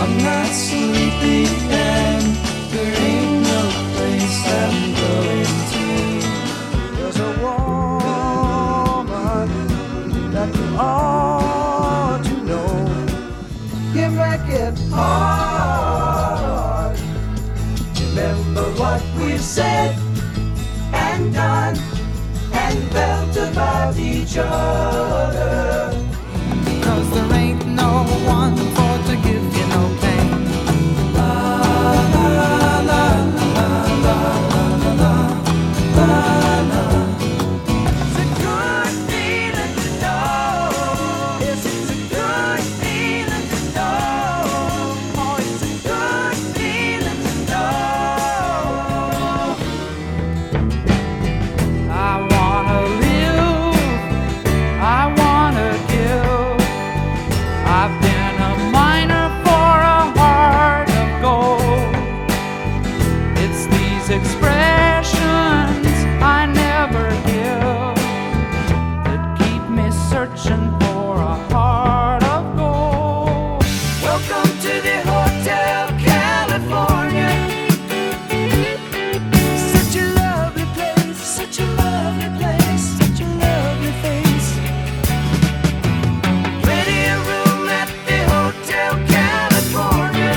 I'm not sleepy and there ain't no place I'm going to. There's a woman that you ought to know. You make it hard. Remember what we've said and done and felt about each other. 'Cause there ain't no one for to give you no pain. La la la la la la la la. It's a good feeling to know. Yes, it's a good feeling to know. Oh, it's a good feeling to know. I wanna live, I wanna give. I've been a miner for a heart of gold. It's these expressions I never give that keep me searching for a heart of gold. Welcome to the Hotel California. Such a lovely place, such a lovely place, such a lovely face. Ready a room at the Hotel California.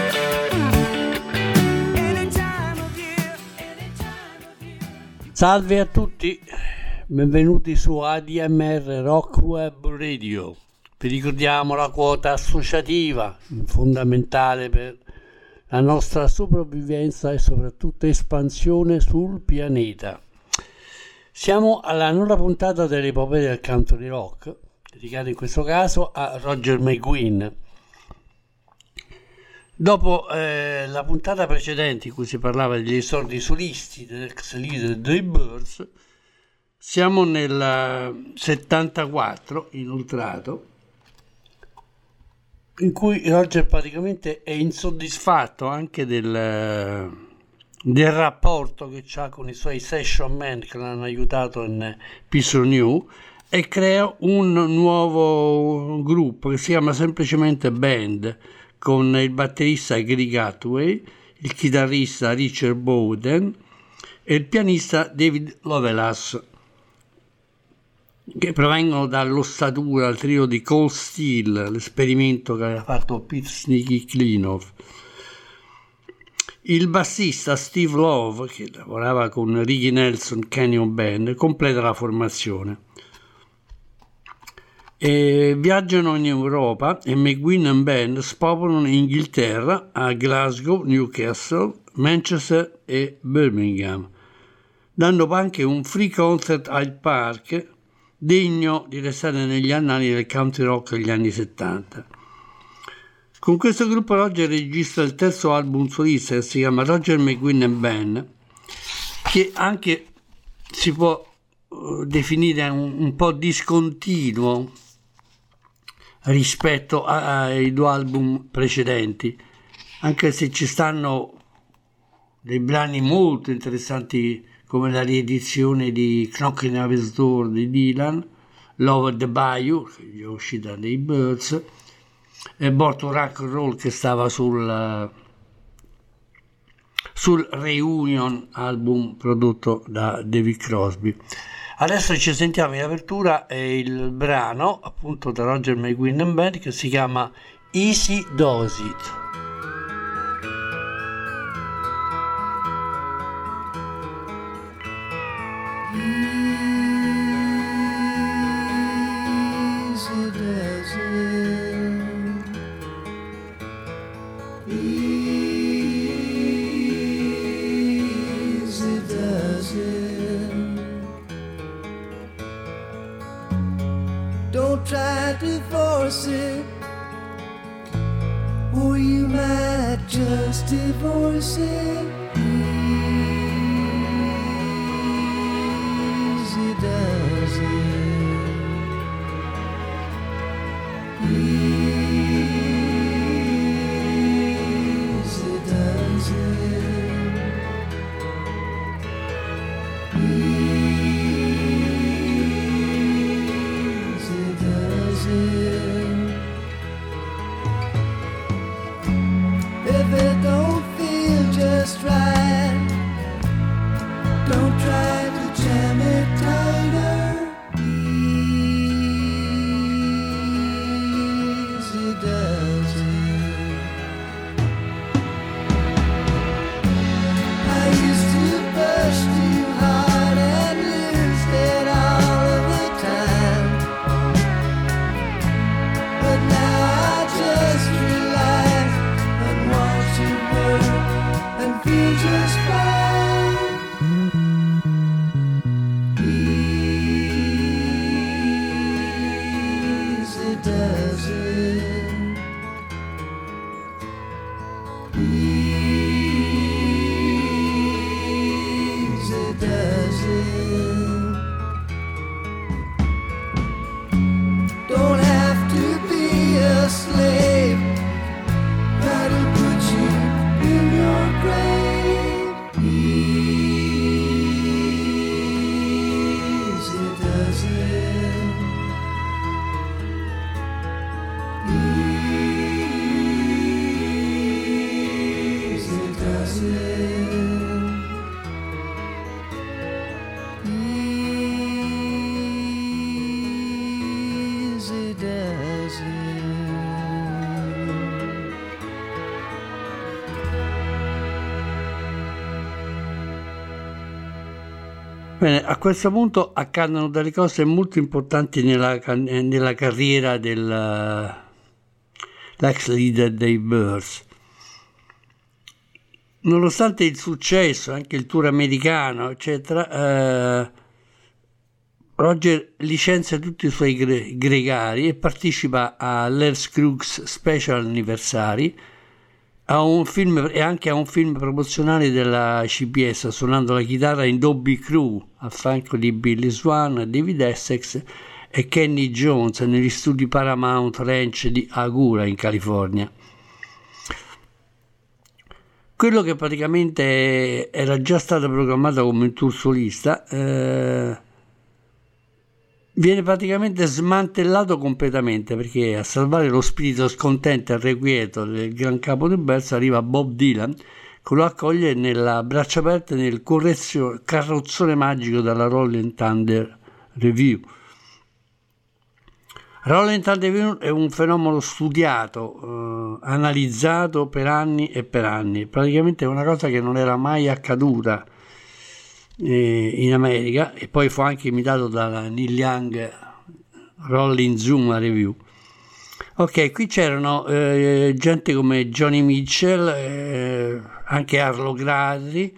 Any time of year, any time of year. Salve a tutti, benvenuti su ADMR Rock Web Radio. Vi ricordiamo la quota associativa, fondamentale per la nostra sopravvivenza e soprattutto espansione sul pianeta. Siamo alla nona puntata dell'epopea del country rock, dedicata in questo caso a Roger McGuinn. Dopo la puntata precedente in cui si parlava degli esordi solisti dell'ex leader dei Byrds, siamo nel 74 inoltrato, in cui Roger praticamente è insoddisfatto anche del rapporto che ha con i suoi session man che l'hanno aiutato in Peace on You, e crea un nuovo gruppo che si chiama semplicemente Band, con il batterista Greg Hathaway, il chitarrista Richard Bowden e il pianista David Lovelace, che provengono dall'ossatura al trio di Cold Steel, l'esperimento che aveva fatto Pete Sneaky Klenoff. Il bassista Steve Love, che lavorava con Ricky Nelson Canyon Band, completa la formazione. E viaggiano in Europa e McGuinn and Band spopolano in Inghilterra, a Glasgow, Newcastle, Manchester e Birmingham, dando anche un free concert al Park, degno di restare negli annali del country rock degli anni 70. Con questo gruppo Roger registra il terzo album solista che si chiama Roger McGuinn and Band, che anche si può definire un po' discontinuo rispetto ai due album precedenti, anche se ci stanno dei brani molto interessanti come la riedizione di Knockin' on Heaven's Door di Dylan, Love at the Bayou, che è uscita dei Byrds, e Born to Rock and Roll, che stava sul Reunion album prodotto da David Crosby. Adesso ci sentiamo in apertura il brano appunto da Roger McGuinn and Band che si chiama Easy Does It. Don't try to force it, or you might just divorce it. Easy does it. Easy does it. Easy does it. Easy does it. Don't have to be a slave. That'll put you in your grave. Easy does it. Easy does it. Easy does it. Bene, a questo punto accadono delle cose molto importanti nella carriera dell'ex leader dei Byrds. Nonostante il successo, anche il tour americano, eccetera, Roger licenzia tutti i suoi gregari e partecipa all'Earth Crux Special Anniversary, a un film e anche a un film promozionale della CBS, suonando la chitarra in Dobby Crew a fianco di Billy Swan, David Essex e Kenny Jones negli studi Paramount Ranch di Agoura in California. Quello che praticamente era già stato programmato come un tour solista viene praticamente smantellato completamente, perché a salvare lo spirito scontento e irrequieto del gran capo del Byrds arriva Bob Dylan, che lo accoglie nella braccia aperte nel carrozzone magico della Rolling Thunder Revue. Rolling Thunder Revue è un fenomeno studiato, analizzato per anni e per anni. Praticamente è una cosa che non era mai accaduta in America, e poi fu anche imitato dalla Neil Young Rolling Zoom Review. Ok, qui c'erano gente come Johnny Mitchell, anche Arlo Guthrie,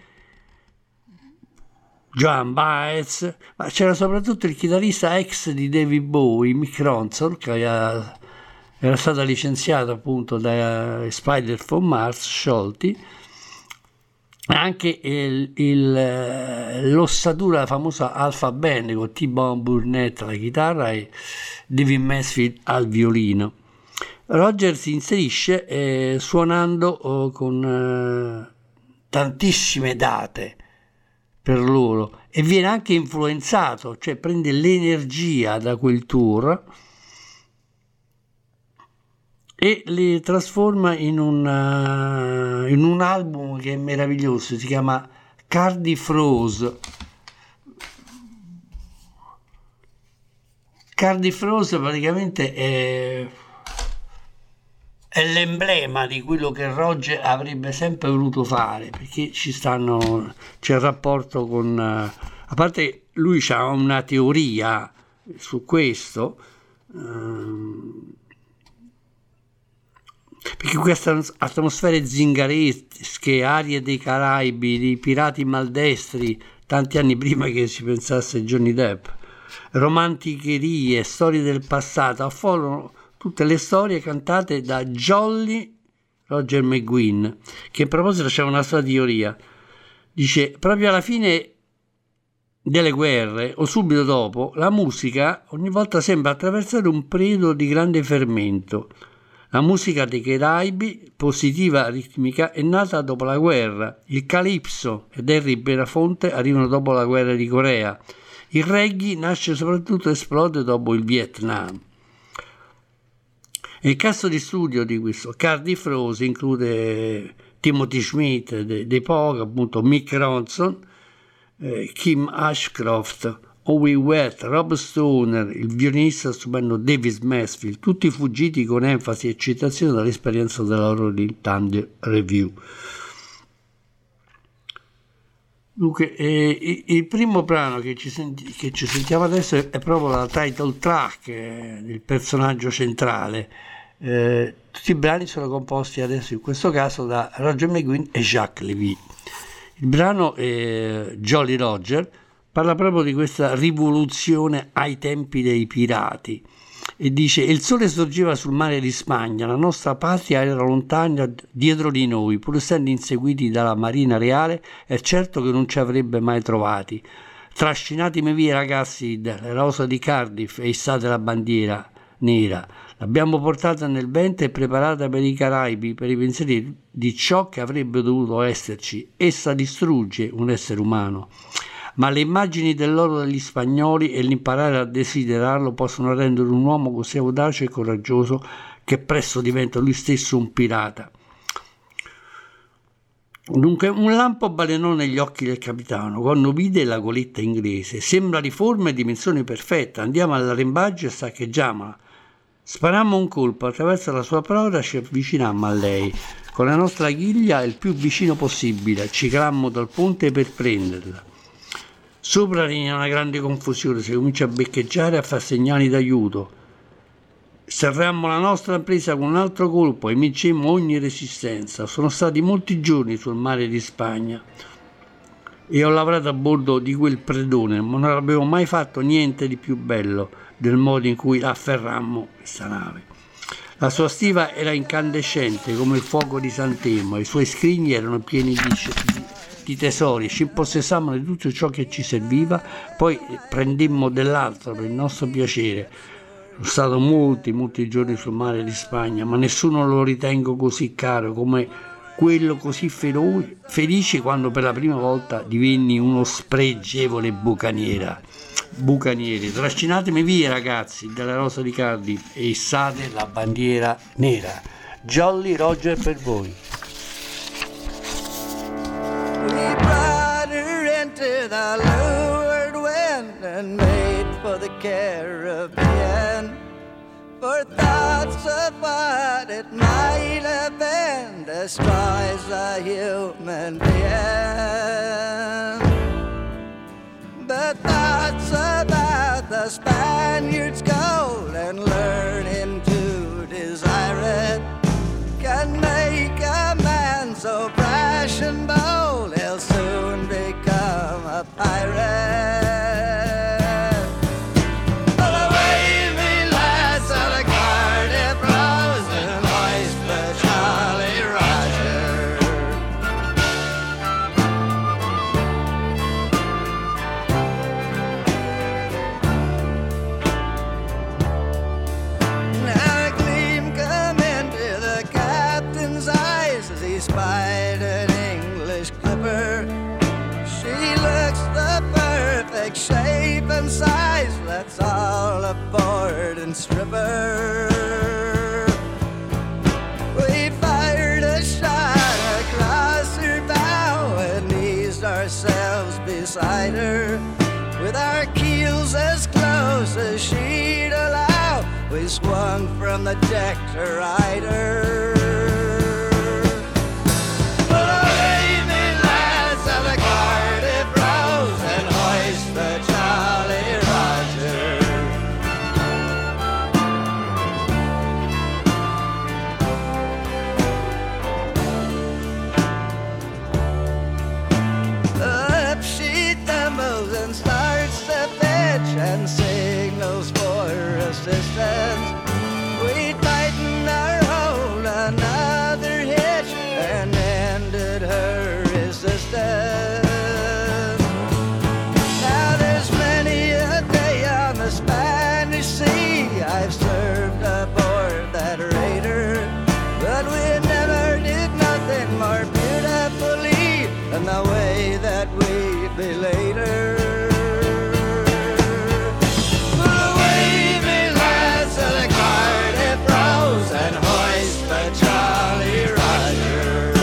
Joan Baez, ma c'era soprattutto il chitarrista ex di David Bowie, Mick Ronson, che era stato licenziato appunto da Spider from Mars, sciolti, anche l'ossatura, la famosa Alpha Band con T-Bone Burnett alla chitarra e David Mansfield al violino. Roger si inserisce suonando con tantissime date per loro, e viene anche influenzato, cioè prende l'energia da quel tour e li trasforma in un album che è meraviglioso, si chiama Cardiff Rose. Cardiff Rose praticamente è l'emblema di quello che Roger avrebbe sempre voluto fare, perché c'è il rapporto con, a parte lui ha una teoria su questo, perché queste atmosfere zingaresche, arie dei Caraibi, di pirati maldestri, tanti anni prima che si pensasse a Johnny Depp, romanticherie, storie del passato, affollano tutte le storie cantate da Jolly Roger McGuinn, che in proposito c'è una sua teoria. Dice: proprio alla fine delle guerre o subito dopo, la musica ogni volta sembra attraversare un periodo di grande fermento. La musica dei Caraibi, positiva, ritmica, è nata dopo la guerra. Il Calypso ed Harry Belafonte arrivano dopo la guerra di Corea. Il reggae nasce soprattutto e esplode dopo il Vietnam. Il cast di studio di questo Cardiff Rose include Timothy Schmidt dei Pogue, appunto Mick Ronson, Kim Ashcroft, Howie Wett, Rob Stoner, il violinista stupendo David Mansfield, tutti fuggiti con enfasi e citazione dall'esperienza della Rolling Thunder Revue. Dunque, il primo brano che ci sentiamo adesso è proprio la title track del personaggio centrale. Tutti i brani sono composti adesso in questo caso da Roger McGuinn e Jacques Levy. Il brano Jolly Roger parla proprio di questa rivoluzione ai tempi dei pirati. E dice: il sole sorgeva sul mare di Spagna, la nostra patria era lontana dietro di noi, pur essendo inseguiti dalla marina reale, è certo che non ci avrebbe mai trovati. Trascinatemi via, ragazzi, dalla rosa di Cardiff e issate la bandiera nera. L'abbiamo portata nel vento e preparata per i Caraibi, per i pensieri di ciò che avrebbe dovuto esserci. Essa distrugge un essere umano. Ma le immagini dell'oro degli spagnoli e l'imparare a desiderarlo possono rendere un uomo così audace e coraggioso che presto diventa lui stesso un pirata. Dunque, un lampo balenò negli occhi del capitano quando vide la goletta inglese. Sembra di forma e dimensione perfetta. Andiamo all'arrembaggio e saccheggiamola. Sparammo un colpo, attraverso la sua prora ci avvicinammo a lei. Con la nostra ghiglia il più vicino possibile, ci calammo dal ponte per prenderla. Sopra regna una grande confusione, si comincia a beccheggiare e a far segnali d'aiuto. Serrammo la nostra impresa con un altro colpo e vincemmo ogni resistenza. Sono stati molti giorni sul mare di Spagna e ho lavorato a bordo di quel predone, ma non avevo mai fatto niente di più bello del modo in cui afferrammo questa nave. La sua stiva era incandescente come il fuoco di Sant'Elmo, i suoi scrigni erano pieni di tesori, ci impossessammo di tutto ciò che ci serviva, poi prendemmo dell'altro per il nostro piacere. Sono stato molti giorni sul mare di Spagna, ma nessuno lo ritengo così caro come quello così felice quando per la prima volta divenni uno spregevole bucaniere. Trascinatemi via, ragazzi, dalla rosa di Cardiff e issate la bandiera nera. Jolly Roger per voi. We brought her into the leeward wind and made for the Caribbean. For thoughts of what it might have been destroys a human being. But thoughts about the Spaniards' gold and learning to desire it can make a man so brash and bold he'll soon become a pirate. Shape and size, that's all aboard and stripper. We fired a shot across her bow and eased ourselves beside her. With our keels as close as she'd allow, we swung from the deck to ride her. And signals for assistance. We tightened our hold, another hitch, and ended her resistance. Now there's many a day on the Spanish Sea I've served aboard that raider, but we never did nothing more beautifully than the way that we belayed her. And hoist the Jolly Roger.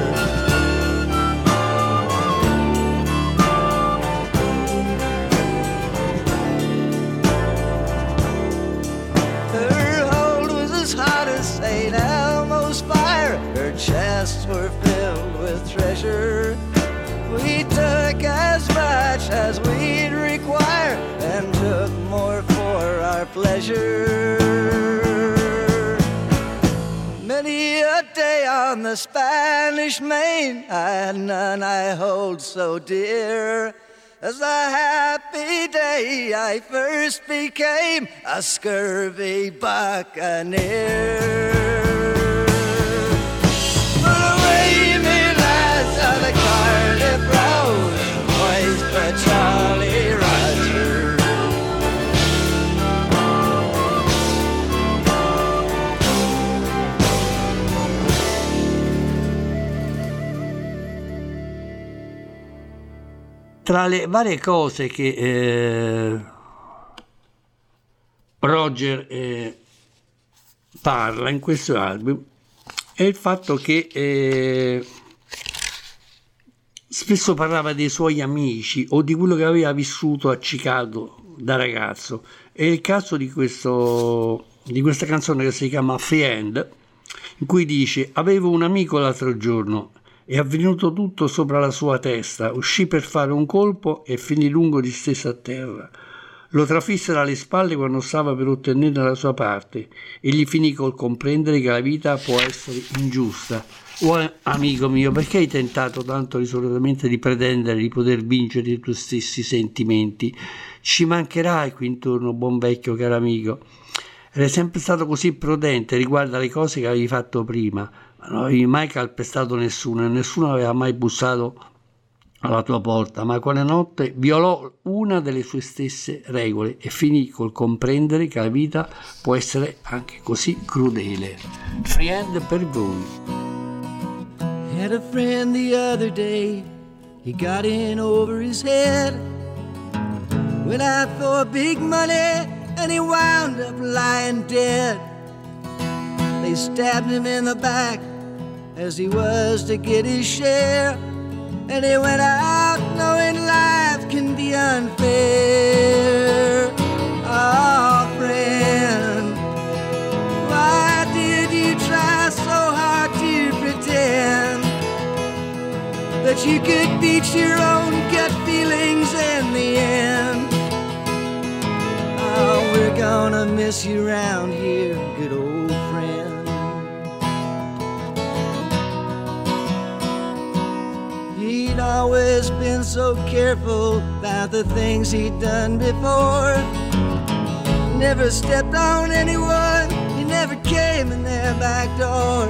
Her hold was as hot as St. Elmo's fire. Her chests were filled with treasure. We took as much as we'd require and took more for our pleasure. Many a day on the Spanish Main I had none I hold so dear. as the happy day I first became a scurvy buccaneer. Pull away, me lads, of the Cardiff Road, boys for Charlie Rogers. Tra le varie cose che Roger parla in questo album è il fatto che spesso parlava dei suoi amici o di quello che aveva vissuto a Chicago da ragazzo. È il caso di questa canzone che si chiama Friend, in cui dice: avevo un amico l'altro giorno, è avvenuto tutto sopra la sua testa, uscì per fare un colpo e finì lungo disteso a terra. Lo trafissero alle spalle quando stava per ottenere la sua parte e gli finì col comprendere che la vita può essere ingiusta. Oh, amico mio, perché hai tentato tanto risolutamente di pretendere di poter vincere i tuoi stessi sentimenti? Ci mancherai qui intorno, buon vecchio caro amico. Eri sempre stato così prudente riguardo alle cose che avevi fatto prima. Non avevi mai calpestato nessuno e nessuno aveva mai bussato alla tua porta, ma quella notte violò una delle sue stesse regole e finì col comprendere che la vita può essere anche così crudele. Friend per voi. Had a friend the other day, he got in over his head, went out for big money and he wound up lying dead. They stabbed him in the back as he was to get his share, and he went out knowing life can be unfair. Oh, friend, why did you try so hard to pretend that you could beat your own gut feelings in the end? Oh, we're gonna miss you round here, good old friend. He'd always been so careful about the things he'd done before. Never stepped on anyone, he never came in their back door.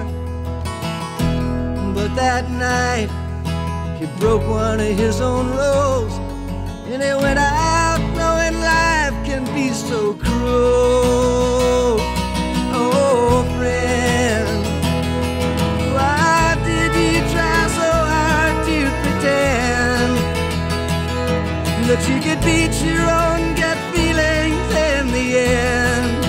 But that night, he broke one of his own rules, and he went out knowing life can be so cruel. Oh, friend, why did you try so hard to pretend that you could beat your own gut feelings in the end?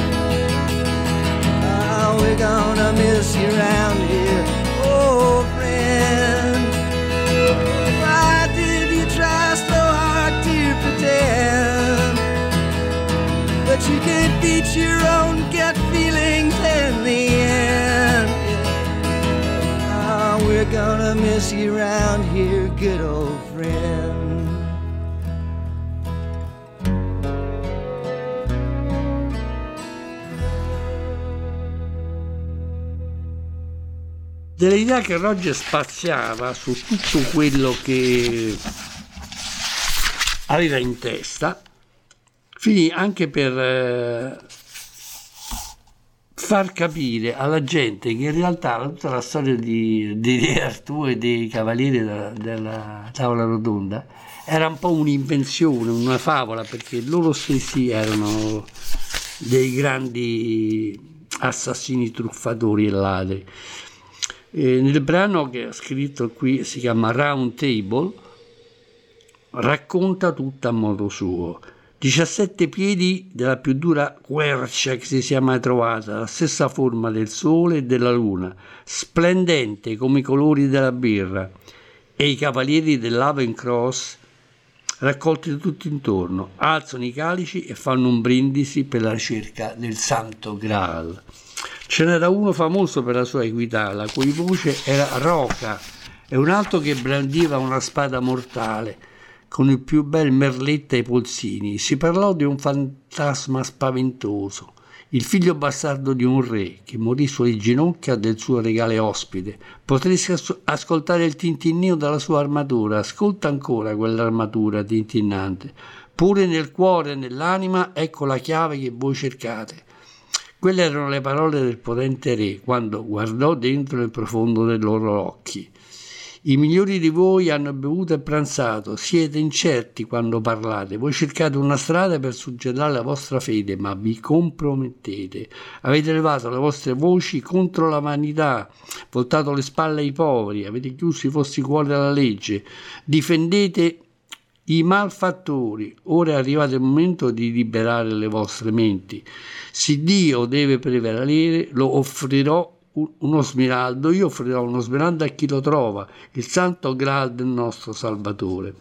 Oh, we're gonna miss you around here, oh, friend. Why did you try so hard to pretend that you could beat your own gut feelings in the end? Oh, we're gonna miss you around here, good old friend. Dell'idea che Roger spaziava su tutto quello che aveva in testa, finì anche per far capire alla gente che in realtà tutta la storia di Re Artù e dei Cavalieri della Tavola Rotonda era un po' un'invenzione, una favola, perché loro stessi erano dei grandi assassini, truffatori e ladri. Nel brano che ha scritto qui, si chiama Round Table, racconta tutto a modo suo. 17 piedi della più dura quercia che si sia mai trovata, la stessa forma del sole e della luna, splendente come i colori della birra, e i cavalieri dell'Haven Cross, raccolti tutti intorno, alzano i calici e fanno un brindisi per la ricerca del Santo Graal. Ce n'era uno famoso per la sua equità, la cui voce era roca, e un altro che brandiva una spada mortale, con il più bel merletto ai polsini. Si parlò di un fantasma spaventoso, il figlio bastardo di un re che morì sulle ginocchia del suo regale ospite. Potresti ascoltare il tintinnio della sua armatura. Ascolta ancora quell'armatura tintinnante. Pure nel cuore e nell'anima, ecco la chiave che voi cercate. Quelle erano le parole del potente re quando guardò dentro nel profondo dei loro occhi. I migliori di voi hanno bevuto e pranzato, siete incerti quando parlate, voi cercate una strada per suggellare la vostra fede, ma vi compromettete. Avete levato le vostre voci contro la vanità, voltato le spalle ai poveri, avete chiuso i vostri cuori alla legge, difendete i malfattori. Ora è arrivato il momento di liberare le vostre menti. Se Dio deve prevalere, lo offrirò uno smeraldo, io offrirò uno smeraldo a chi lo trova, il santo Graal del nostro Salvatore.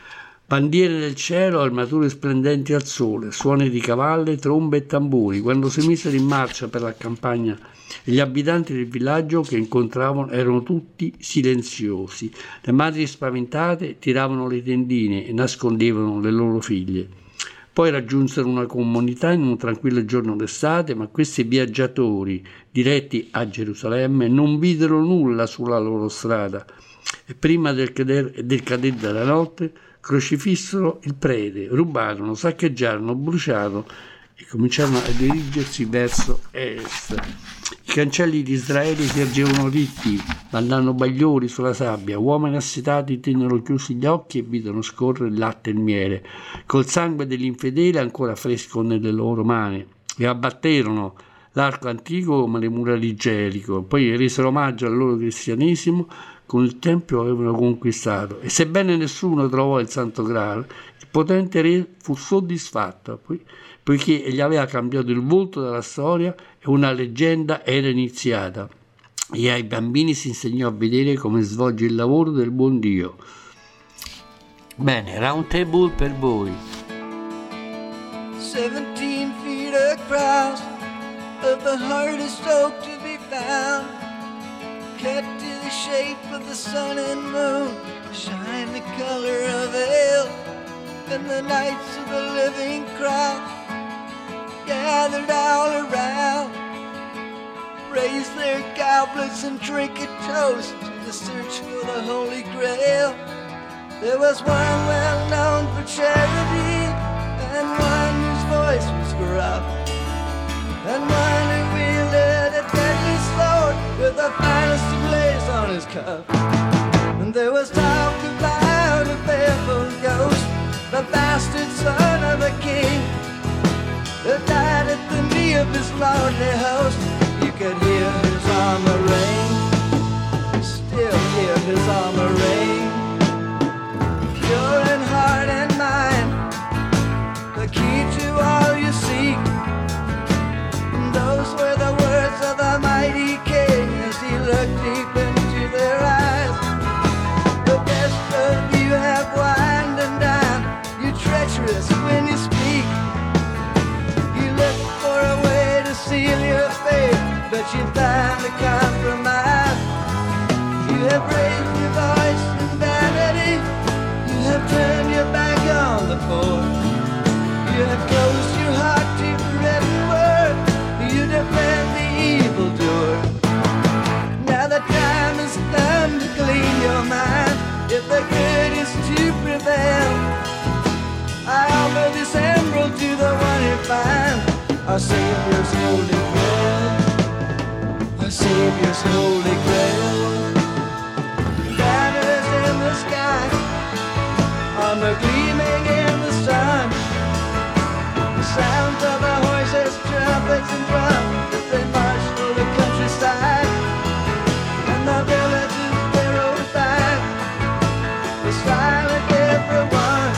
Bandiere del cielo, armature splendenti al sole, suoni di cavalli, trombe e tamburi. Quando si misero in marcia per la campagna, gli abitanti del villaggio che incontravano erano tutti silenziosi. Le madri spaventate tiravano le tendine e nascondevano le loro figlie. Poi raggiunsero una comunità in un tranquillo giorno d'estate, ma questi viaggiatori, diretti a Gerusalemme, non videro nulla sulla loro strada e prima del cadere della notte crocifissero il prete, rubarono, saccheggiarono, bruciarono e cominciarono a dirigersi verso est. I cancelli di Israele si ergevano ritti, mandando bagliori sulla sabbia. Uomini assetati tennero chiusi gli occhi e videro scorrere il latte e il miele, col sangue degli infedeli ancora fresco nelle loro mani, e abbatterono l'arco antico come le mura di Gerico. Poi resero omaggio al loro cristianesimo con il tempio che avevano conquistato. E sebbene nessuno trovò il Santo Graal, il potente re fu soddisfatto, poiché gli aveva cambiato il volto della storia e una leggenda era iniziata. E ai bambini si insegnò a vedere come svolge il lavoro del buon Dio. Bene, Round Table per voi. 17 feet across, of the hardest oak to be found, cut to the shape of the sun and moon, shine the color of ale, and the knights of the living cross gathered all around, raised their goblets and drink a toast to the search for the Holy Grail. There was one well known for charity, and one whose voice was gruff, and one who wielded a deadly sword with the finest of lace on his cuff. And there was talk about a barefoot ghost, the bastard son of a king, who died at the knee of his lonely host. You could hear his armor ring, still hear his armor ring. Pure in heart and mind, the key to all you seek. And those were the words of the mighty king as he looked deep into their eyes. The best of you have wined and dined, you treacherous when you speak. You look for a way to seal your fate, but you find a compromise. You have raised your voice in vanity, you have turned your back on the poor, you have closed your heart to written word, you defend the evildoer. Now the time has come to clean your mind, if the good is to prevail. I offer this emerald to the one who finds our Savior's holy grail, our Savior's holy grail. Banners in the sky, armor gleaming in the sun, the sounds of the horses, trumpets and drums as they march through the countryside, and the villages they rode by, the silent everyone,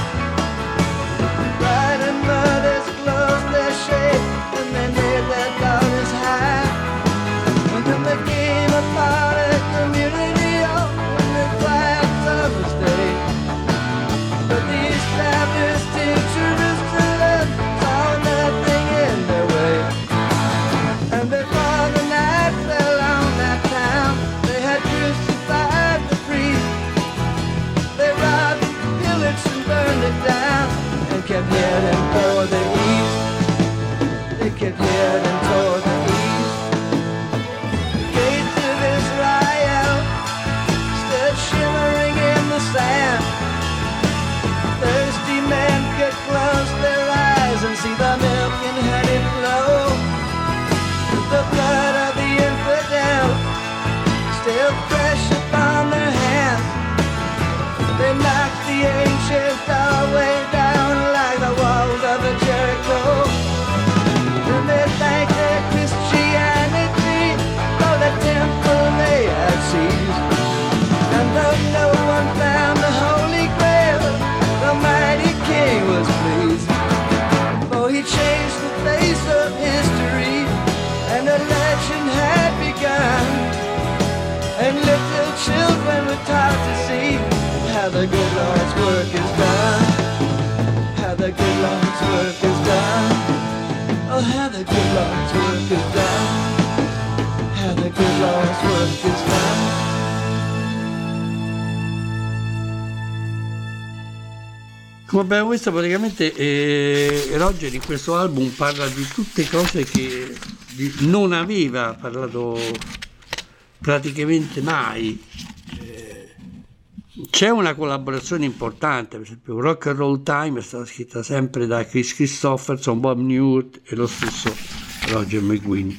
bride and mothers close their shade, and they made their daughters high. And then they came upon a community on the quiet summer's day, but the churches all way down like the walls of a Jericho. Then they thank their Christianity for the temple they had seized. And though no one found the Holy Grail, the mighty King was pleased. For he changed the face of history, and a legend had begun. And little children were taught to see how the good Lord's work is done. How the good Lord's work is done. Oh, how the good Lord's work is done. How the good Lord's work is done. Come abbiamo visto, praticamente Roger in questo album parla di tutte cose che non aveva parlato praticamente mai. C'è una collaborazione importante, per esempio Rock and Roll Time è stata scritta sempre da Chris Christopherson, Bob Newhart e lo stesso Roger McGuinn.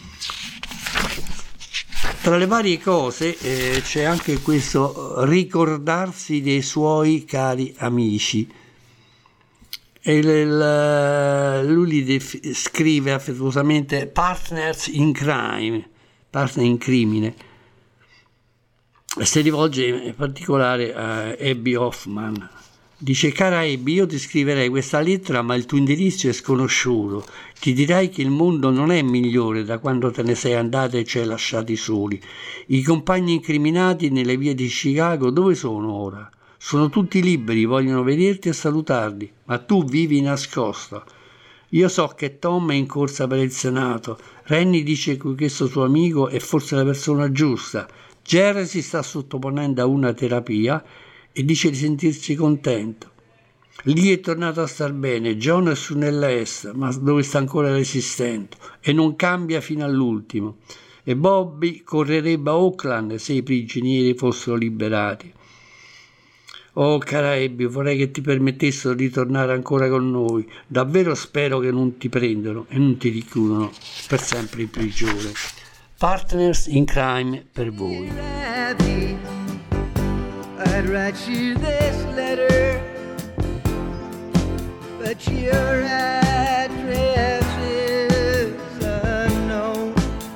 Tra le varie cose c'è anche questo ricordarsi dei suoi cari amici. E lui scrive affettuosamente partners in crime, partner in crimine. Si rivolge in particolare a Abby Hoffman. Dice: cara Abby, io ti scriverei questa lettera ma il tuo indirizzo è sconosciuto. Ti direi che il mondo non è migliore da quando te ne sei andata e ci hai lasciati soli. I compagni incriminati nelle vie di Chicago dove sono ora? Sono tutti liberi, vogliono vederti e salutarli, ma tu vivi nascosta. Io so che Tom è in corsa per il Senato. Rennie dice che questo suo amico è forse la persona giusta. Jerry si sta sottoponendo a una terapia e dice di sentirsi contento. Lee è tornato a star bene, John è su nell'est, ma dove sta ancora resistendo, e non cambia fino all'ultimo. E Bobby correrebbe a Oakland se i prigionieri fossero liberati. Oh, cara Abby, vorrei che ti permettessero di tornare ancora con noi. Davvero spero che non ti prendano e non ti richiudono per sempre in prigione. Partners in crime per voi. I'd write you this letter, but your address is unknown.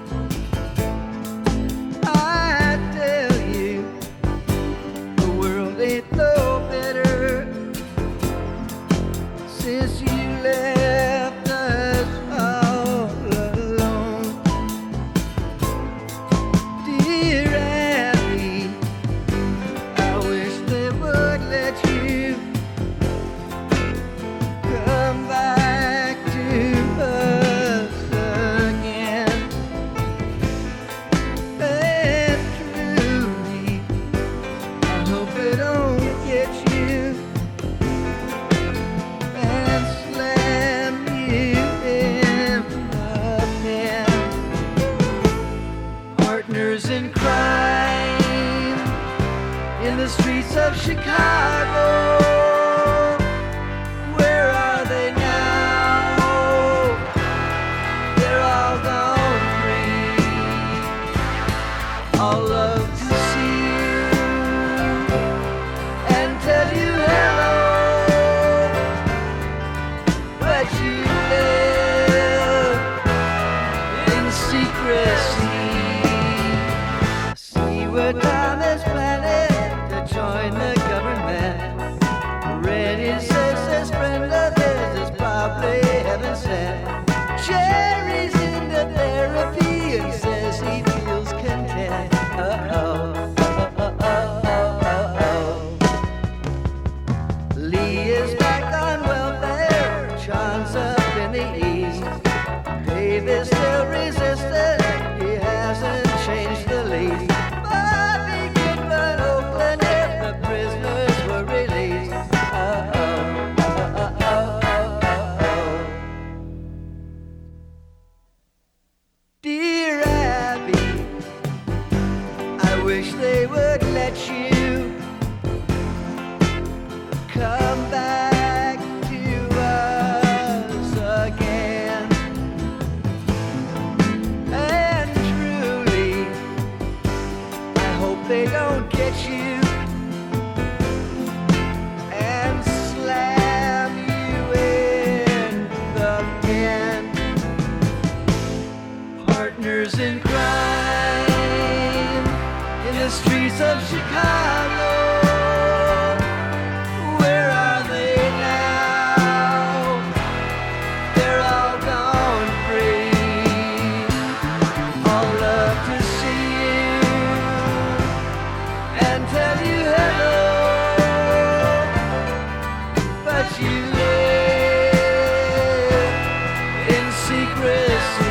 I tell you, the world ain't no better since you left us all alone. Dear Abby, I wish they would let you come back to us again. And truly, I hope they don't get you and slam you in the pen. Partners in crime in the streets of Chicago. Where are they now? They're all gone free. All love to see you and tell you hello. But you live in secrecy. See where time is planning to join the government. Reddy says this friend of his is probably heaven sent. Jerry's into therapy and says he feels content. Lee is back on welfare. John's up in the east. Dave is still resistant. He hasn't changed the least. Bobby could run Oakland if the prisoners were released. Dear Abby, I wish they would let you come back to us again. And truly, I hope they don't get you and streets of Chicago. Where are they now? They're all gone free. All love to see you and tell you hello, but you live in secrecy.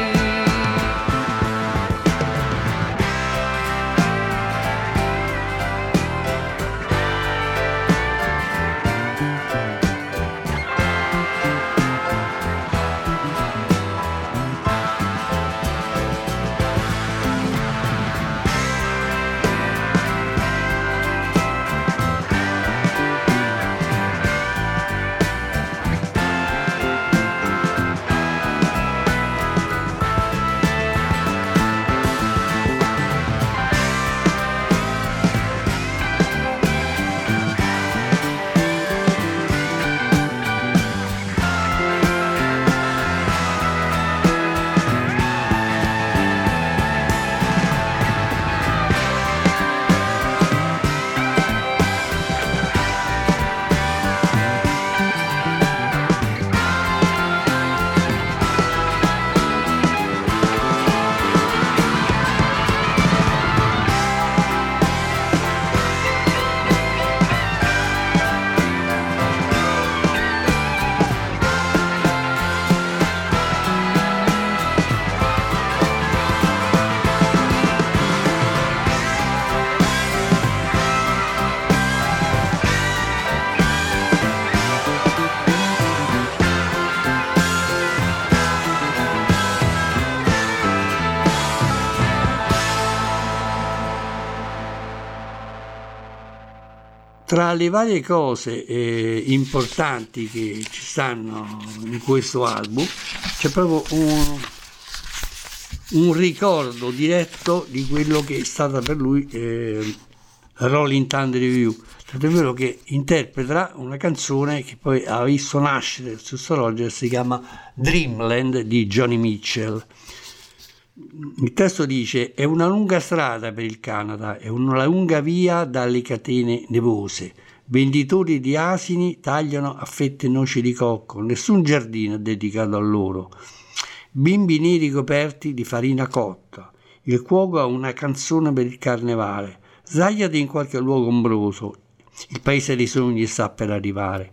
Tra le varie cose importanti che ci stanno in questo album c'è proprio un ricordo diretto di quello che è stata per lui Rolling Thunder Revue. Tanto è vero che interpreta una canzone che poi ha visto nascere su Sir Roger, si chiama Dreamland di Joni Mitchell. Il testo dice: è una lunga strada per il Canada, è una lunga via dalle catene nevose, venditori di asini tagliano a fette noci di cocco, nessun giardino è dedicato a loro, bimbi neri coperti di farina cotta, il cuoco ha una canzone per il carnevale, sdraiati in qualche luogo ombroso, il paese dei sogni sta per arrivare.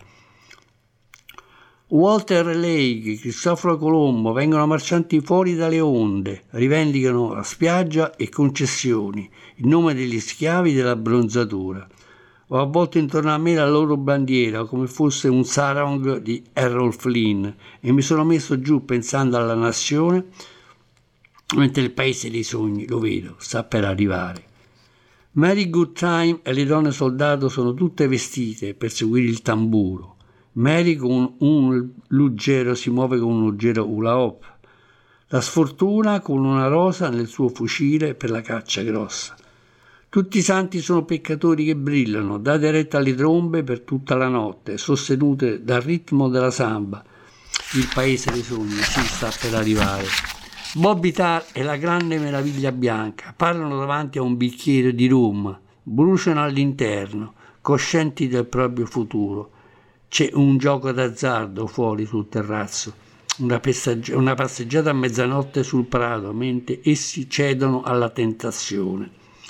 Walter Lake, Cristoforo Colombo vengono marcianti fuori dalle onde, rivendicano la spiaggia e concessioni, in nome degli schiavi della bronzatura. Ho avvolto intorno a me la loro bandiera come fosse un sarong di Errol Flynn e mi sono messo giù pensando alla nazione, mentre il paese dei sogni, lo vedo, sta per arrivare. Mary Goodtime e le donne soldato sono tutte vestite per seguire il tamburo. Mary con un luggero si muove con un luggero hula hoop. La sfortuna con una rosa nel suo fucile per la caccia grossa. Tutti i santi sono peccatori che brillano, date retta alle trombe per tutta la notte, sostenute dal ritmo della samba. Il paese dei sogni si sta per arrivare. Bobby Tarr e la grande meraviglia bianca parlano davanti a un bicchiere di rum, bruciano all'interno, coscienti del proprio futuro. C'è un gioco d'azzardo fuori sul terrazzo, una passeggiata a mezzanotte sul prato, mentre essi cedono alla tentazione.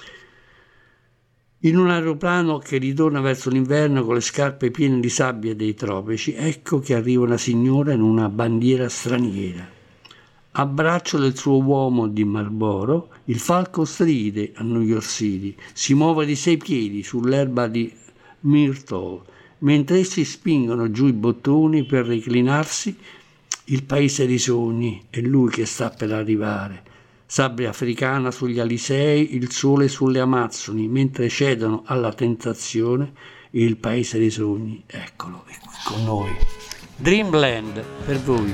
In un aeroplano che ritorna verso l'inverno con le scarpe piene di sabbia dei tropici, ecco che arriva una signora in una bandiera straniera. A braccio del suo uomo di Marlboro, il falco stride a New York City, si muove di 6 piedi sull'erba di Myrtle, mentre essi spingono giù i bottoni per reclinarsi. Il paese dei sogni è lui che sta per arrivare. Sabbia africana sugli Alisei, il sole sulle Amazzoni, mentre cedono alla tentazione. Il paese dei sogni, eccolo, è qui con noi. Dreamland per voi.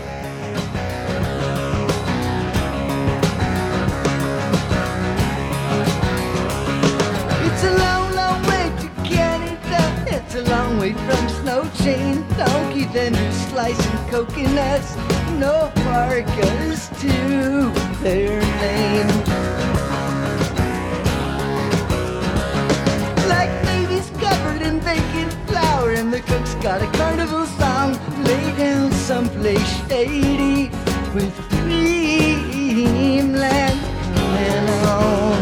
It's a long way from Snow Chain, donkey vendors slicing coconuts, no parkas to their name. start a carnival song, lay down someplace shady with dreamland coming on.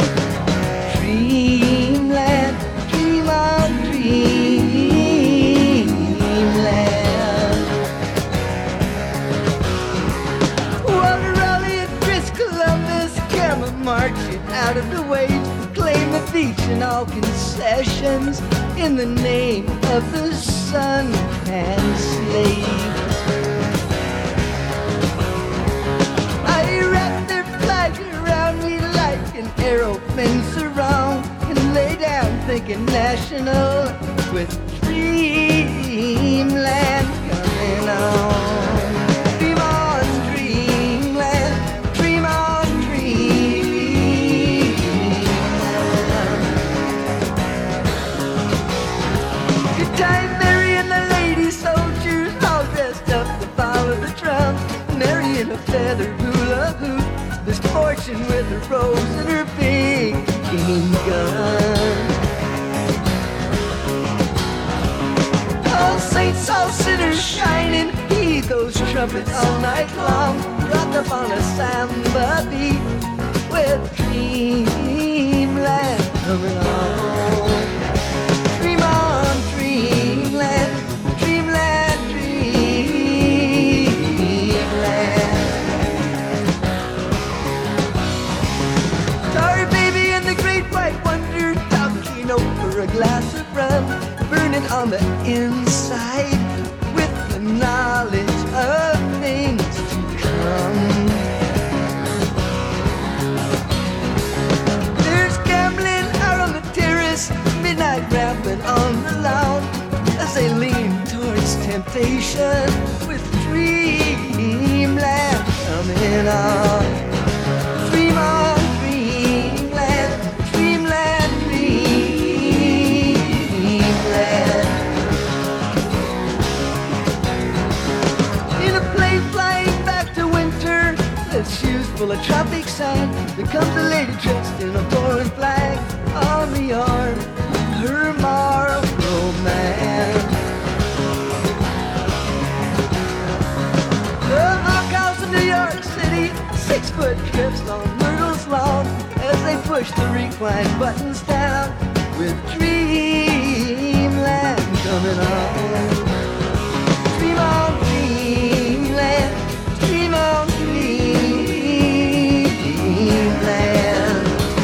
Dreamland, dream on dreamland. Walter Raleigh and Chris Columbus come marching out of the way to claim the beach and all concessions in the name of the sun and slaves. I wrap their flag around me like an aeroplane surround and lay down thinking national with dreamland coming on. Dream on, dreamland, dream on, dreamland. Good time, Mary and the lady soldiers all dressed up to follow the drum. Mary in a feather hula hoop, misfortune with her rose and her big game gun. All saints, all sinners shining, heed those trumpets all night long. Rocked up on a samba beat with dreamland coming on. Dream on, dreamland, dreamland, dreamland. Sorry, baby, and the great white wonder, talking over a glass of rum, burning on the inside with the knowledge of things to come. There's gambling out on the terrace, midnight rapping on the lawn, as they lean towards temptation with dreamland coming on. Dream on, dreamland, dreamland, dreamland. In a plane flying back to winter, with shoes full of tropic sand, there comes a lady dressed in a foreign flag on the arm of her Marlboro man. The Hawk House in New York City, 6-foot trips on Myrtle's lawn, as they push the recline buttons down with dreamland coming on. Dream on, dreamland, dream on, dreamland.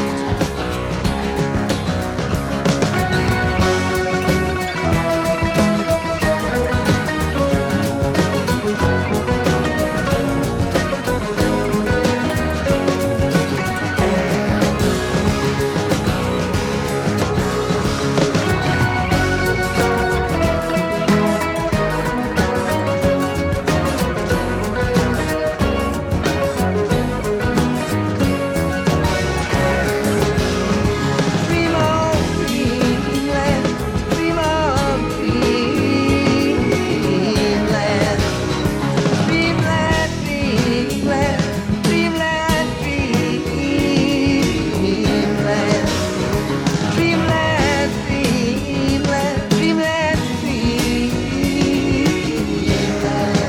Dream on, dreamland, dream on, dreamland. Dreamland, dreamland, dreamland, dreamland. Dreamland, dreamland, dreamland, dreamland.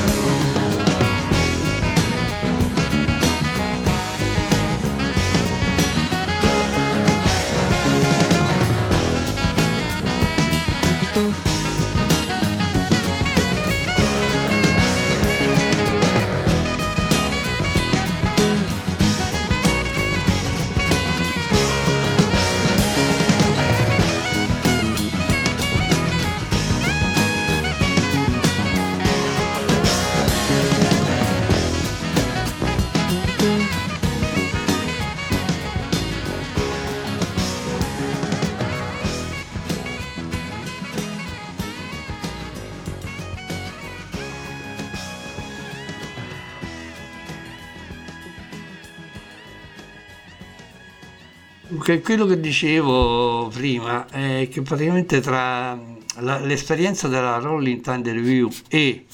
Quello che dicevo prima è che praticamente tra l'esperienza della Rolling Thunder Review e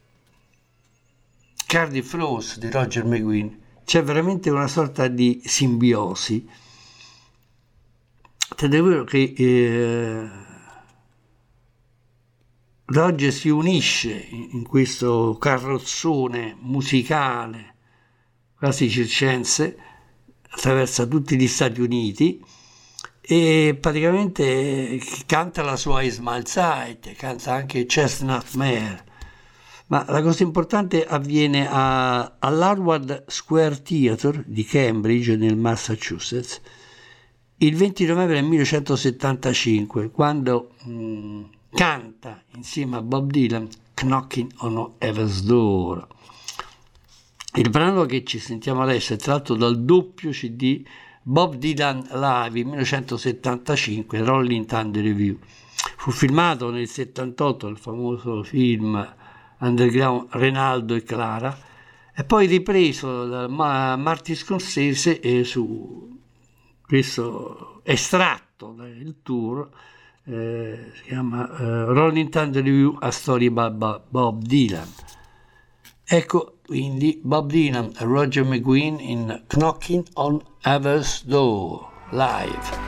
Cardiff Rose di Roger McGuinn c'è veramente una sorta di simbiosi. Tant'è vero che Roger si unisce in questo carrozzone musicale quasi circense, attraversa tutti gli Stati Uniti e praticamente canta la sua Ismail Side, canta anche Chestnut Mare. Ma la cosa importante avviene all'Harvard Square Theatre di Cambridge, nel Massachusetts, il 20 novembre del 1975, quando canta insieme a Bob Dylan Knocking on Heaven's Door. Il brano che ci sentiamo adesso è tratto dal doppio CD Bob Dylan Live 1975, Rolling Thunder Review. Fu filmato nel 78 nel famoso film Underground Renaldo e Clara e poi ripreso da Martin Scorsese su questo estratto del tour, si chiama Rolling Thunder Review, a storia di Bob Dylan. Ecco quindi Bob Dylan e Roger McGuinn in Knocking on Heaven's Door live.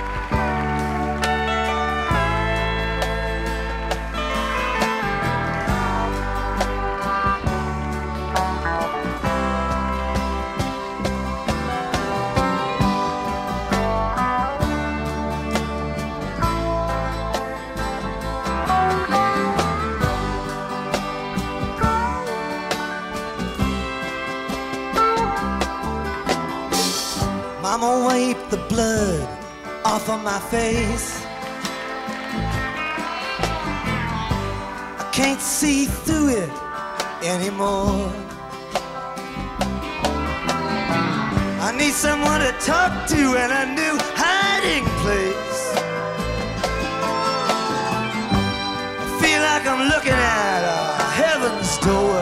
Mama wiped the blood off of my face. I can't see through it anymore. I need someone to talk to and a new hiding place. I feel like I'm looking at a heaven's door.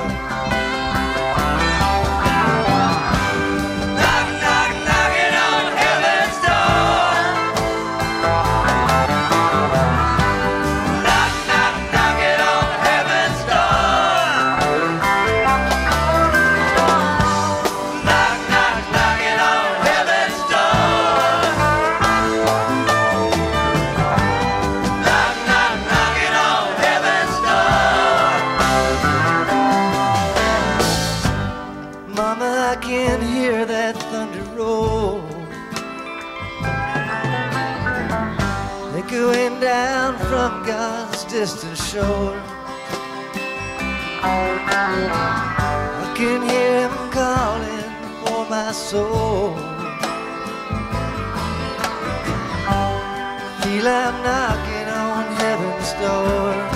Distant shore, I can hear him calling for my soul. Feel I'm knocking on heaven's door.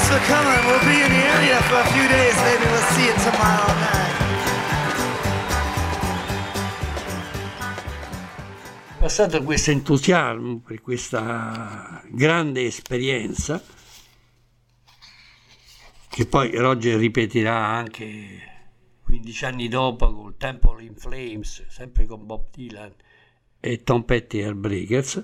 Thanks for coming. We'll be in the area for a few days. Maybe we'll see you tomorrow night. Passato questo entusiasmo per questa grande esperienza, che poi Roger ripeterà anche 15 anni dopo col Temple in Flames, sempre con Bob Dylan e Tom Petty Heartbreakers,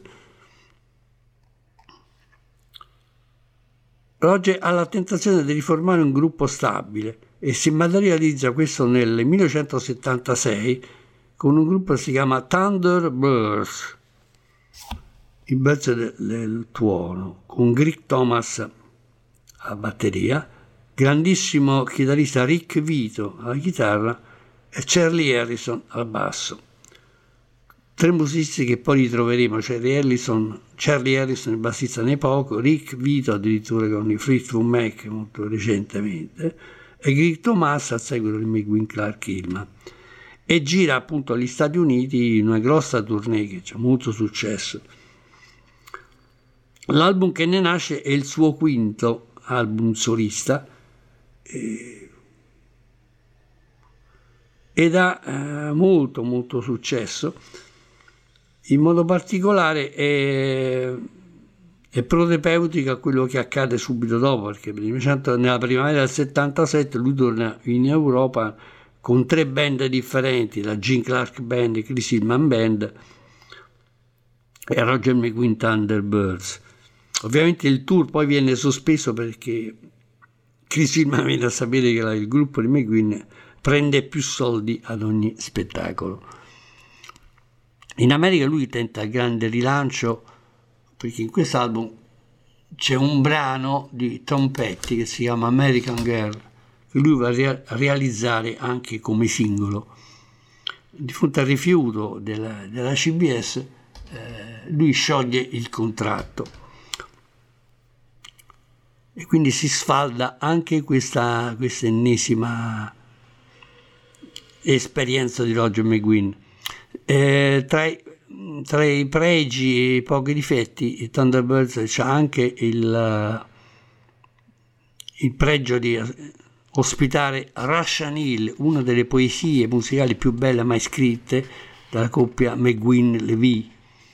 Roger ha la tentazione di riformare un gruppo stabile e si materializza questo nel 1976 con un gruppo che si chiama Thunderbirds, i Birds del tuono, con Greg Thomas a batteria, grandissimo chitarrista Rick Vito alla chitarra e Charlie Harrison al basso. Tre musicisti che poi ritroveremo: Charlie Harrison il bassista ne poco, Rick Vito addirittura con i Fleetwood Mac molto recentemente e Greg Thomas al seguito di McGuinn Clark Hillman, e gira appunto agli Stati Uniti in una grossa tournée che c'ha molto successo. L'album che ne nasce è il suo quinto album solista ed ha molto molto successo. In modo particolare è propedeutico a quello che accade subito dopo, perché nella primavera del 77 lui torna in Europa con tre band differenti, la Gene Clark Band, la Chris Hillman Band e Roger McGuinn Thunderbirds. Ovviamente il tour poi viene sospeso perché Chris Hillman viene a sapere che il gruppo di McGuinn prende più soldi ad ogni spettacolo. In America lui tenta il grande rilancio perché in quest'album c'è un brano di Tom Petty che si chiama American Girl, che lui va a realizzare anche come singolo. Di fronte al rifiuto della CBS, lui scioglie il contratto e quindi si sfalda anche questa ennesima esperienza di Roger McGuinn. Tra i pregi e i pochi difetti, Thunderbirds c'ha anche il pregio di ospitare Russian Hill, una delle poesie musicali più belle mai scritte dalla coppia McGuinn-Levy,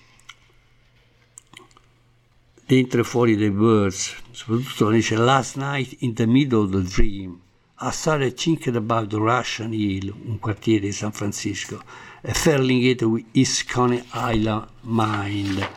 dentro e fuori dei Birds. Soprattutto dice: Last night in the middle of the dream I started thinking about the Russian Hill, un quartiere di San Francisco, e falling it with his Coney Island mind.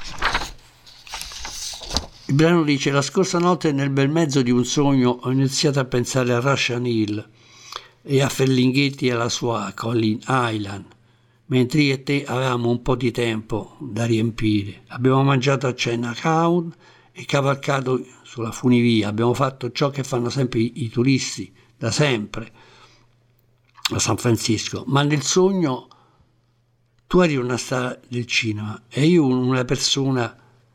Il brano dice: la scorsa notte nel bel mezzo di un sogno ho iniziato a pensare a Russian Hill e a Ferlinghetti e alla sua Coney Island, mentre io e te avevamo un po' di tempo da riempire. Abbiamo mangiato a Chinatown e cavalcato sulla funivia, abbiamo fatto ciò che fanno sempre i turisti da sempre a San Francisco, ma nel sogno tu eri una star del cinema e io una persona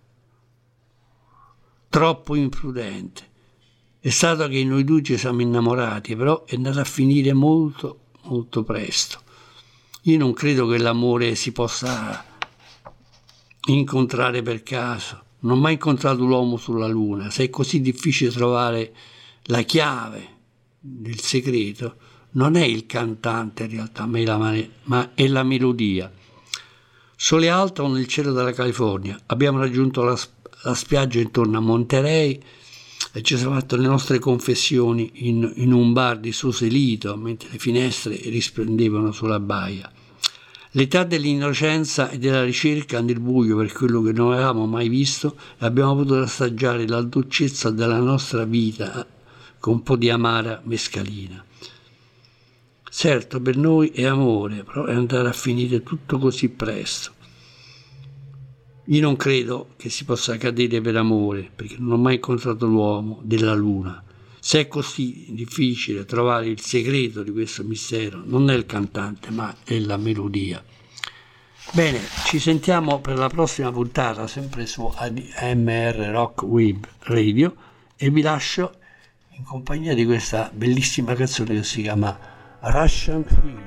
troppo imprudente. È stato che noi due ci siamo innamorati, però è andato a finire molto molto presto. Io non credo che l'amore si possa incontrare per caso. Non ho mai incontrato l'uomo sulla luna. Se è così difficile trovare la chiave del segreto, non è il cantante in realtà, ma è la melodia. Sole alto nel cielo della California. Abbiamo raggiunto la spiaggia intorno a Monterey e ci siamo fatti le nostre confessioni in un bar di Sausalito, mentre le finestre risplendevano sulla baia. L'età dell'innocenza e della ricerca nel buio per quello che non avevamo mai visto, e abbiamo potuto assaggiare la dolcezza della nostra vita con un po' di amara mescalina. Certo, per noi è amore, però è andare a finire tutto così presto. Io non credo che si possa cadere per amore, perché non ho mai incontrato l'uomo della luna. Se è così difficile trovare il segreto di questo mistero, non è il cantante, ma è la melodia. Bene, ci sentiamo per la prossima puntata, sempre su AMR Rock Web Radio, e vi lascio in compagnia di questa bellissima canzone che si chiama Russian Hill.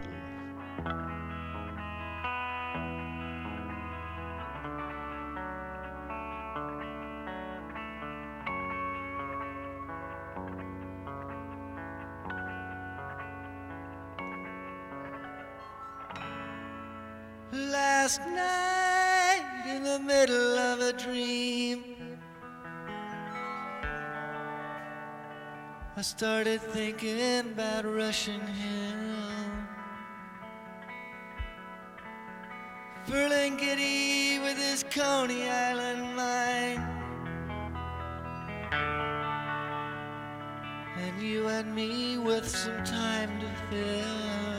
last night in the middle of a dream, I started thinking about rushing him. Ferlinghetti with his Coney Island mine, and you and me with some time to fill.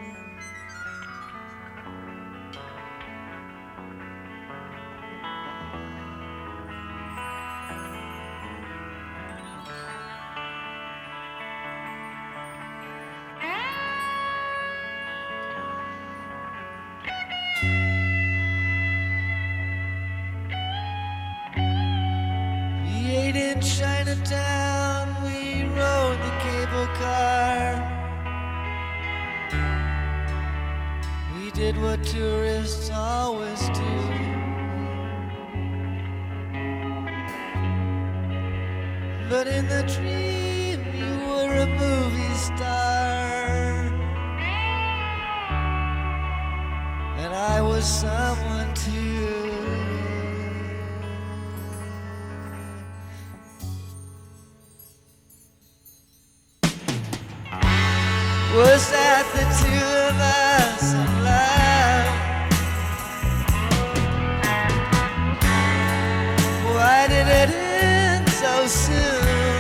In Chinatown, we rode the cable car. We did what tourists always do. But in the dream, you were a movie star, and I was someone too. Was that the two of us in love? Why did it end so soon?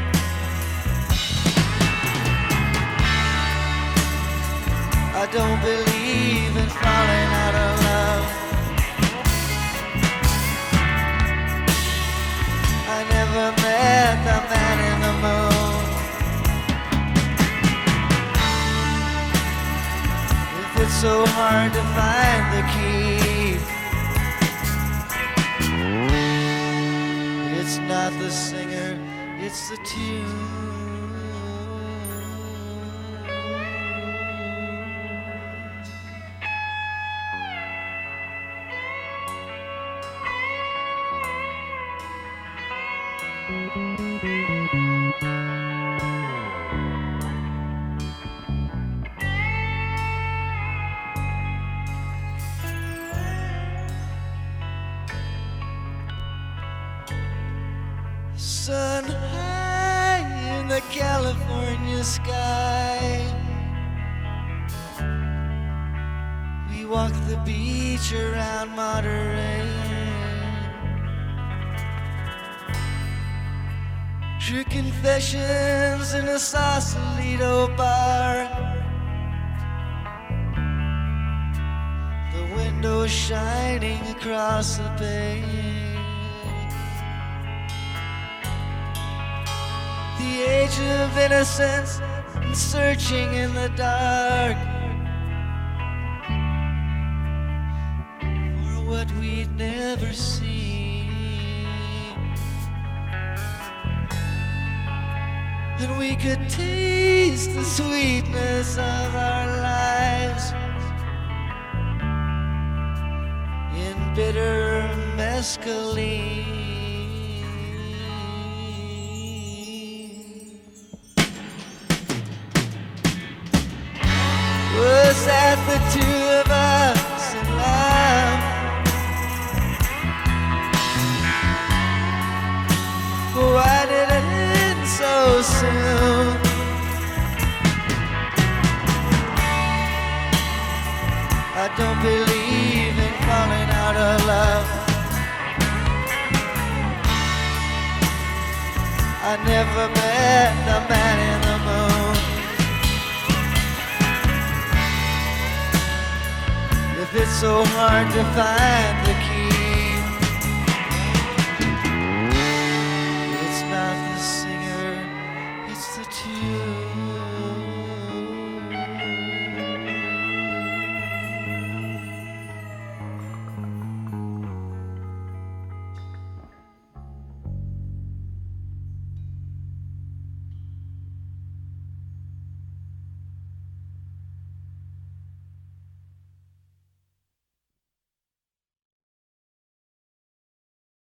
I don't believe in falling out of love. I never met the man in the moon. It's so hard to find the key. It's not the singer, it's the tune. Sun high in the California sky, we walked the beach around Monterey. True confessions in a Sausalito bar, the window shining across the bay. The age of innocence and searching in the dark for what we'd never seen. And we could taste the sweetness of our lives in bitter mescaline. Was that the two of us in love? Why did it end so soon? I don't believe in falling out of love. I never met the man in the moon. If it's so hard to find the key, it's not the singer, it's the tune.